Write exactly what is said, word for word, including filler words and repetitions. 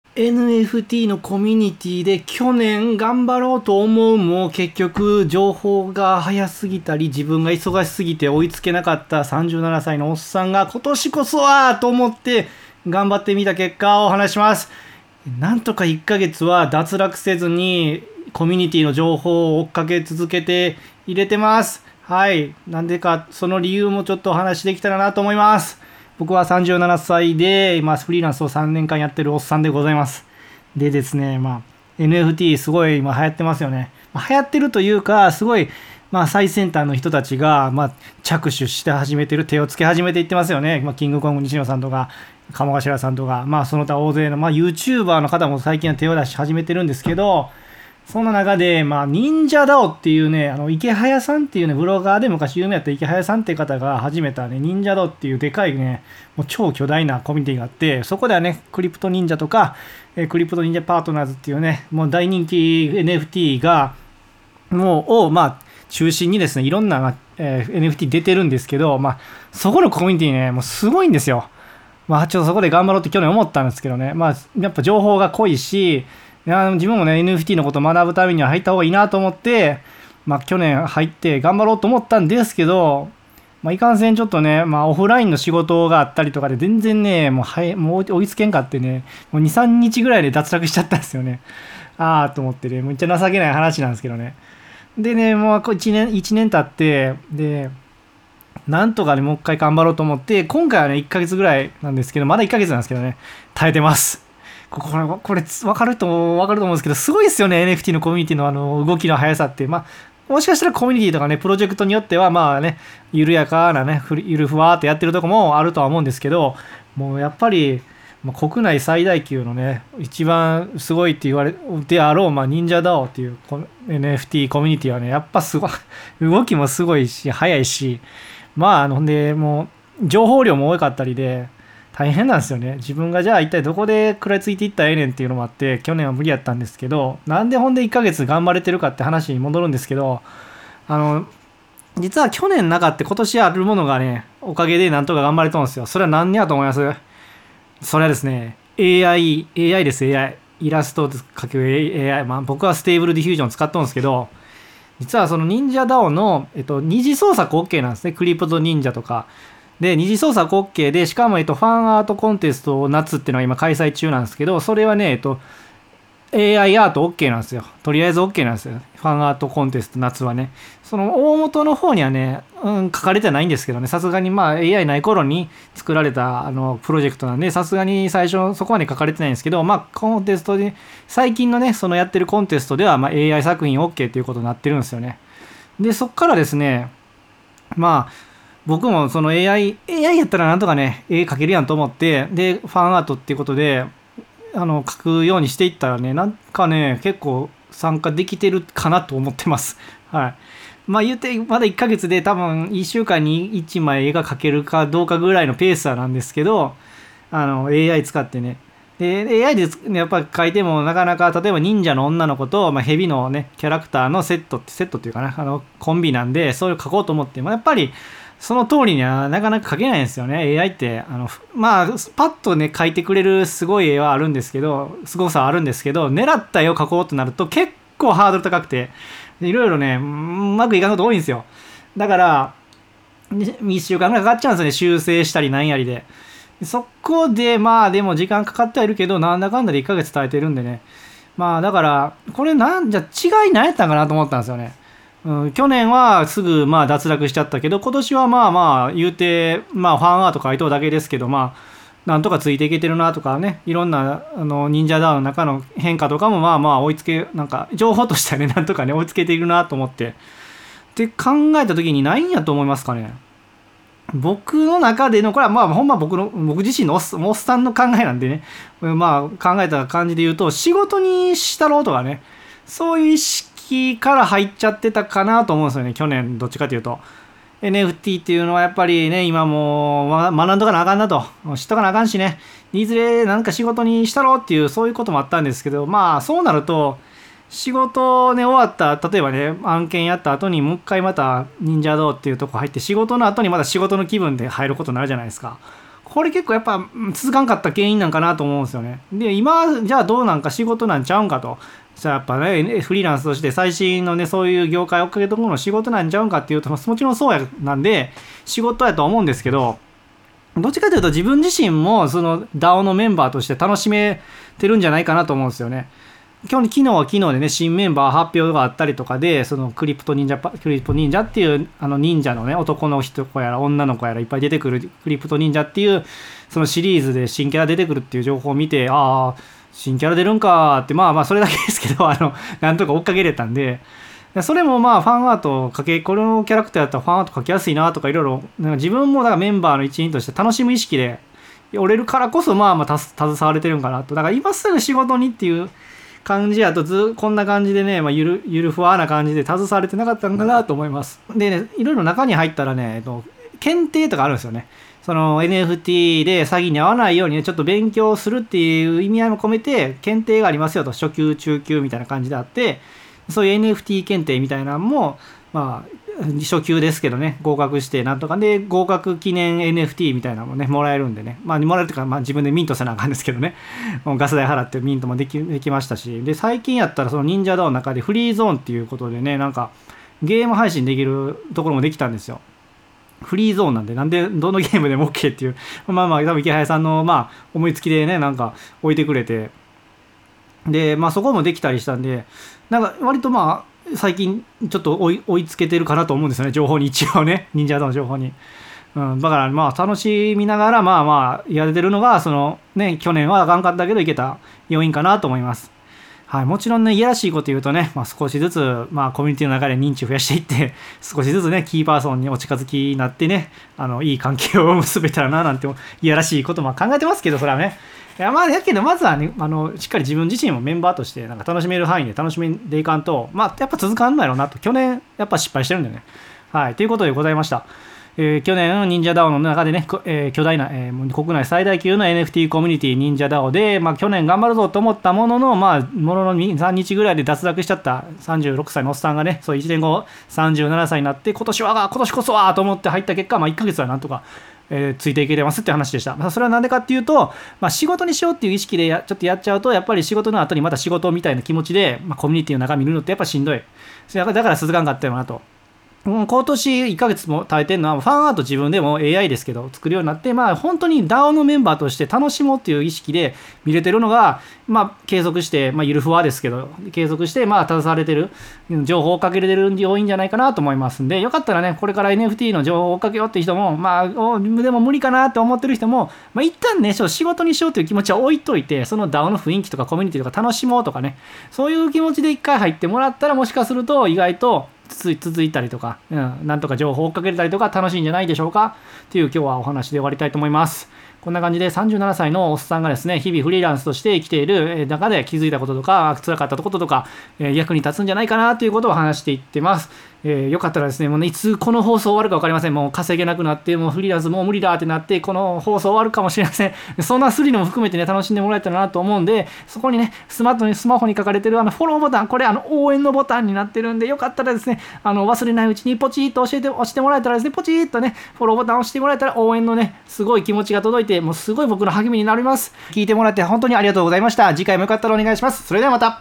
エヌエフティー のコミュニティで去年頑張ろうと思うも結局情報が早すぎたり自分が忙しすぎて追いつけなかったさんじゅうななさいのおっさんが今年こそはと思って頑張ってみた結果をお話します。なんとかいっかげつは脱落せずにコミュニティの情報を追っかけ続けて入れてます。はい。なんでかその理由もちょっとお話できたらなと思います。僕はさんじゅうななさいで今フリーランスをさんねんかんやってるおっさんでございます。でですね、まあ、エヌエフティー すごい今流行ってますよね。まあ、流行ってるというか、すごい、まあ、最先端の人たちが、まあ、着手して始めてる、手をつけ始めていってますよね。まあ、キングコング西野さんとか、鴨頭さんとか、まあ、その他大勢の、まあ、YouTuber の方も最近は手を出し始めてるんですけど、そんな中で、まあ、忍者ダオっていうね、あの、池早さんっていうね、ブロガーで昔有名だった池早さんっていう方が始めたね、忍者ダオっていうでかいね、もう超巨大なコミュニティがあって、そこではね、クリプト忍者とか、えークリプト忍者パートナーズっていうね、もう大人気 エヌエフティー が、もう、を、まあ、中心にですね、いろんな、えー エヌエフティー 出てるんですけど、まあ、そこのコミュニティね、もうすごいんですよ。まあ、ちょっとそこで頑張ろうって去年思ったんですけどね、まあ、やっぱ情報が濃いし、いや自分もね エヌエフティー のことを学ぶためには入った方がいいなと思って、まあ、去年入って頑張ろうと思ったんですけど、まあ、いかんせんちょっとね、まあ、オフラインの仕事があったりとかで全然ねもうはいもう追いつけんかってね、もうにさんにちぐらいで脱落しちゃったんですよね。ああと思ってね、めっちゃ情けない話なんですけどね。でね、もういちねんいちねん経って、でなんとかねもう一回頑張ろうと思って、今回はねいっかげつぐらいなんですけど、まだいっかげつなんですけどね、耐えてます。これ、これ、分かると、分かると思うんですけど、すごいですよね、エヌエフティー のコミュニティのあの動きの速さって。まあ、もしかしたらコミュニティとかね、プロジェクトによっては、まあね、緩やかなね、ゆるふわーってやってるとこもあるとは思うんですけど、もうやっぱり、まあ、国内最大級のね、一番すごいって言われであろう、まあ、忍者ダオっていう エヌエフティー コミュニティはね、やっぱすごい、動きもすごいし、速いし、まあ、あの、で、もう、情報量も多かったりで、大変なんですよね。自分がじゃあ一体どこで食らいついていったらええねんっていうのもあって、去年は無理やったんですけど、なんでほんでいっかげつ頑張れてるかって話に戻るんですけど、あの、実は去年なかって今年あるものがね、おかげでなんとか頑張れとるんですよ。それは何やと思います？それはですね、エーアイ、エーアイ です、エーアイ。イラストかける エーアイ。まあ僕はステーブルディフュージョン使っとるんですけど、実はその忍者ダオの、えっと、二次創作 OK なんですね。クリプト忍者とか。で、二次創作 OK で、しかも、えっと、ファンアートコンテスト夏っていうのは今開催中なんですけど、それはね、えっと、エーアイ アイアート OK なんですよ。とりあえず OK なんですよ。ファンアートコンテスト夏はね。その大元の方にはね、うん、書かれてないんですけどね、さすがにまあ エーアイ ない頃に作られたあのプロジェクトなんで、さすがに最初そこまで書かれてないんですけど、まあコンテストで、最近のね、そのやってるコンテストではまあ エーアイ 作品 OK っていうことになってるんですよね。で、そっからですね、まあ、僕もその エーアイ、エーアイ やったらなんとかね、絵描けるやんと思って、で、ファンアートっていうことで、あの、描くようにしていったらね、なんかね、結構参加できてるかなと思ってます。はい。まあ言うて、まだいっかげつで多分いっしゅうかんにいちまい絵が描けるかどうかぐらいのペースなんですけど、あの、エーアイ 使ってね。で、エーアイ でやっぱ書いてもなかなか、例えば忍者の女の子と、まあ、蛇のね、キャラクターのセットって、セットっていうかな、あの、コンビなんで、それを書こうと思っても、やっぱり、その通りにはなかなか書けないんですよね。エーアイ って、あの、まあ、パッとね、書いてくれるすごい絵はあるんですけど、すごさはあるんですけど、狙った絵を描こうとなると結構ハードル高くて、いろいろね、うまくいかんこと多いんですよ。だから、いっしゅうかんぐらいかかっちゃうんですよね。修正したりなんやりで。そこで、まあでも時間かかってはいるけど、なんだかんだでいっかげつ耐えてるんでね。まあだから、これなんじゃ違い何やったんかなと思ったんですよね。うん、去年はすぐまあ脱落しちゃったけど、今年はまあまあ言うて、まあファンアート書いとるだけですけど、まあなんとかついていけてるなとかね、いろんなあの忍者ダウンの中の変化とかもまあまあ追いつけ、なんか情報としてはね、なんとかね追いつけているなと思って。って考えた時に何やと思いますかね。僕の中での、これはまあほんま僕の、僕自身のおっおっさんの考えなんでね、まあ考えた感じで言うと、仕事にしたろうとかね、そういう意識から入っちゃってたかなと思うんですよね、去年、どっちかというと。エヌエフティー っていうのはやっぱりね、今もう学んどかなあかんなと、知っとかなあかんしね、いずれなんか仕事にしたろうっていう、そういうこともあったんですけど、まあそうなると、仕事ね終わった、例えばね案件やった後にもう一回また忍者道っていうとこ入って、仕事の後にまた仕事の気分で入ることになるじゃないですか。 これ結構やっぱ続かんかった原因なんかなと思うんですよね。で、今、じゃあどうなんか仕事なんちゃうんかと。じゃあやっぱね、フリーランスとして最新のね、そういう業界を追っかけとくの仕事なんちゃうんかっていうと、もちろんそうやなんで、仕事やとは思うんですけど、どっちかというと自分自身もその ダオ のメンバーとして楽しめてるんじゃないかなと思うんですよね。今日昨日は昨日でね、新メンバー発表があったりとかで、そのクリプト忍者パ、クリプト忍者っていうあの忍者のね、男の人やら女の子やらいっぱい出てくるクリプト忍者っていうそのシリーズで新キャラ出てくるっていう情報を見て、ああ、新キャラ出るんかって、まあまあそれだけですけど、あの、なんとか追っかけれたんで、それもまあファンアートをかけ、このキャラクターだったらファンアート描きやすいなとかいろいろ、なんか自分もだからメンバーの一員として楽しむ意識で折れるからこそまあまあ携われてるんかなと。だから今すぐ仕事にっていう感じやとずこんな感じでね、まあ、ゆるゆるふわな感じで携われてなかったんかなと思います。でね、いろいろ中に入ったらね、えっと、検定とかあるんですよね。その エヌエフティー で詐欺に遭わないようにね、ちょっと勉強するっていう意味合いも込めて検定がありますよと、初級中級みたいな感じであって、そういう エヌエフティー 検定みたいなのもまあ初級ですけどね、合格してなんとかで合格記念 エヌエフティー みたいなのもねもらえるんでね、まあもらえるというか、まあ、自分でミントせなあかんですけどね、ガス代払ってミントもできできましたし、で最近やったらその忍者ダウンの中でフリーゾーンっていうことでね、なんかゲーム配信できるところもできたんですよ。フリーゾーンなんで、なんでどのゲームでも OK っていう、まあまあ多分池原さんのまあ思いつきでね、なんか置いてくれて、でまあそこもできたりしたんで、なんか割とまあ最近ちょっと追い追いつけてるかなと思うんですよね、情報に、一応ね、忍者の情報に。うん、だからまあ楽しみながらまあまあやれてるのが、そのね、去年はあかんかったけどいけた要因かなと思います。はい、もちろんね、いやらしいこと言うとね、まあ、少しずつ、まあ、コミュニティの中で認知を増やしていって、少しずつね、キーパーソンにお近づきになってね、あのいい関係を結べたらななんて、いやらしいことも考えてますけど、それはね。いやまあ、やけど、まずはね、あのしっかり自分自身もメンバーとしてなんか楽しめる範囲で楽しめていかんと、まあ、やっぱ続かんのやろうなと、去年、やっぱ失敗してるんだよね。はい、ということでございました。えー、去年、忍者ダオの中でね、えー、巨大な、えー、国内最大級の エヌエフティー コミュニティ忍者ダオで、まあ、去年頑張るぞと思ったものの、まあ、もののさんにちぐらいで脱落しちゃったさんじゅうろくさいのおっさんがね、そういちねんごさんじゅうななさいになって、今年は、今年こそはと思って入った結果、まあ、いっかげつはなんとか、えー、ついていけてますって話でした。まあ、それはなんでかっていうと、まあ、仕事にしようっていう意識でやちょっとやっちゃうと、やっぱり仕事の後にまた仕事みたいな気持ちで、まあ、コミュニティの中見るのってやっぱしんどい。だから続かんかったよなと。今年いっかげつも耐えてるのは、ファンアート自分でも エーアイ ですけど作るようになって、まあ、本当に ダオ のメンバーとして楽しもうっていう意識で見れてるのが、まあ、継続して、まあ、ゆるふわですけど継続して、まあ、携われてる情報を追っかけれてる要因じゃないかなと思いますんで、よかったらね、これから エヌエフティー の情報を追っかけようっていう人も、まあ、でも無理かなって思ってる人も、まあ、一旦ね、仕事にしようという気持ちは置いといて、その ダオ の雰囲気とかコミュニティとか楽しもうとかね、そういう気持ちで一回入ってもらったら、もしかすると意外と続いたりとか、うん、なんとか情報を追っかけたりとか楽しいんじゃないでしょうかっていう今日はお話で終わりたいと思います。こんな感じでさんじゅうななさいのおっさんがですね、日々フリーランスとして生きている中で気づいたこととか、辛かったこととか、えー、役に立つんじゃないかなということを話していってます。えー、よかったらですね、もうね、いつこの放送終わるか分かりません。もう稼げなくなって、もうフリーランスもう無理だってなって、この放送終わるかもしれません。そんなスリルも含めてね、楽しんでもらえたらなと思うんで、そこにね、スマートにスマホに書かれてるあのフォローボタン、これあの応援のボタンになってるんで、よかったらですね、あの忘れないうちにポチッと教えて、押してもらえたらですね、ポチッとね、フォローボタンを押してもらえたら応援のね、すごい気持ちが届いて、もうすごい僕の励みになります。聞いてもらって本当にありがとうございました。次回もよかったらお願いします。それではまた。